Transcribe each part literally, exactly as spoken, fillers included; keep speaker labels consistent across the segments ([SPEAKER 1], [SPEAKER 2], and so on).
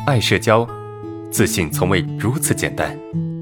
[SPEAKER 1] 爱社交，自信从未如此简单。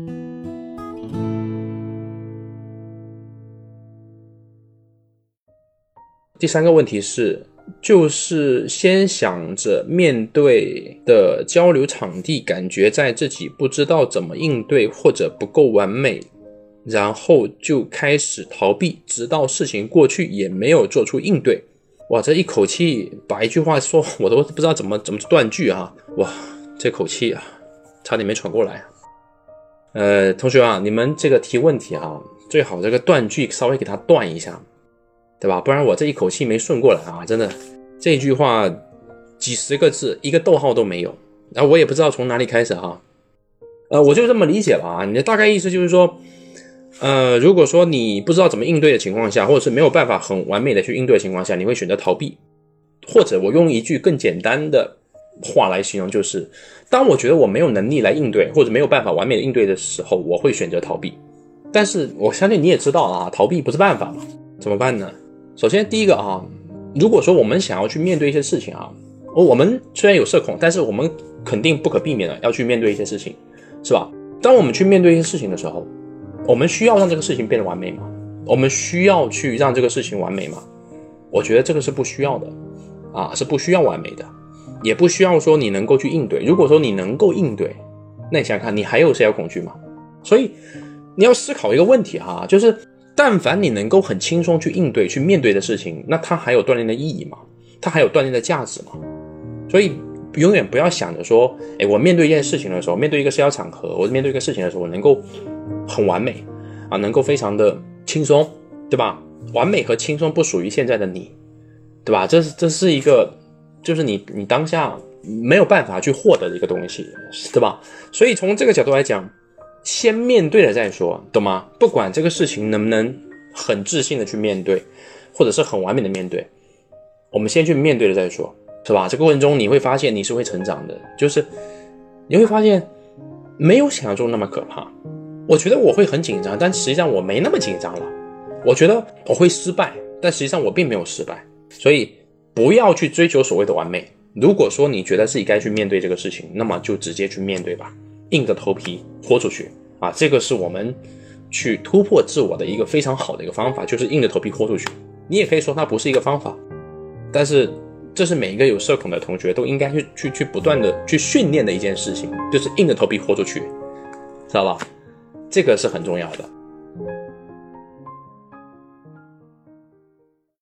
[SPEAKER 2] 第三个问题是，就是先想着面对的交流场地感觉在自己不知道怎么应对或者不够完美，然后就开始逃避，直到事情过去也没有做出应对。哇，这一口气把一句话说我都不知道怎么怎么断句啊！哇，这口气啊，差点没喘过来。呃，同学啊，你们这个提问题啊，最好这个断句稍微给它断一下，对吧？不然我这一口气没顺过来啊，真的这一句话几十个字，一个逗号都没有，然后我也不知道从哪里开始哈。呃，我就这么理解了啊，你的大概意思就是说。呃，如果说你不知道怎么应对的情况下，或者是没有办法很完美的去应对的情况下，你会选择逃避。或者我用一句更简单的话来形容，就是当我觉得我没有能力来应对，或者没有办法完美的应对的时候，我会选择逃避。但是我相信你也知道啊，逃避不是办法嘛，怎么办呢？首先第一个啊，如果说我们想要去面对一些事情啊，我们虽然有社恐，但是我们肯定不可避免的要去面对一些事情，是吧？当我们去面对一些事情的时候，我们需要让这个事情变得完美吗？我们需要去让这个事情完美吗？我觉得这个是不需要的啊，是不需要完美的，也不需要说你能够去应对。如果说你能够应对，那你想想看，你还有谁要恐惧吗？所以你要思考一个问题哈，就是但凡你能够很轻松去应对、去面对的事情，那它还有锻炼的意义吗？它还有锻炼的价值吗？所以永远不要想着说，诶，我面对一件事情的时候，面对一个社交场合，我面对一个事情的时候，我能够很完美啊，能够非常的轻松，对吧？完美和轻松不属于现在的你，对吧？这是这是一个，就是你你当下没有办法去获得的一个东西，对吧？所以从这个角度来讲，先面对了再说，懂吗？不管这个事情能不能很自信的去面对，或者是很完美的面对，我们先去面对了再说，是吧？这个过程中你会发现你是会成长的，就是你会发现没有想象中那么可怕。我觉得我会很紧张，但实际上我没那么紧张了。我觉得我会失败，但实际上我并没有失败。所以不要去追求所谓的完美。如果说你觉得自己该去面对这个事情，那么就直接去面对吧，硬着头皮豁出去啊！这个是我们去突破自我的一个非常好的一个方法，就是硬着头皮豁出去。你也可以说它不是一个方法，但是这是每一个有社恐的同学都应该去去去不断的去训练的一件事情，就是硬着头皮豁出去，知道吧？这个是很重要的。